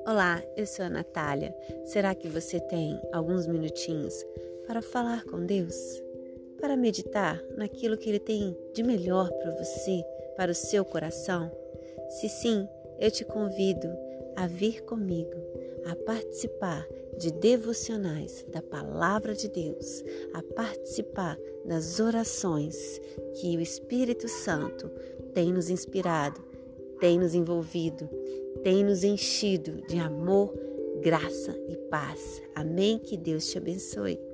Olá, eu sou a Natália. Será que você tem alguns minutinhos para falar com Deus? Para meditar naquilo que Ele tem de melhor para você, para o seu coração? Se sim, eu te convido a vir comigo, a participar de devocionais da Palavra de Deus, a participar das orações que o Espírito Santo tem nos inspirado, tem nos envolvido, tem nos enchido de amor, graça e paz. Amém? Que Deus te abençoe.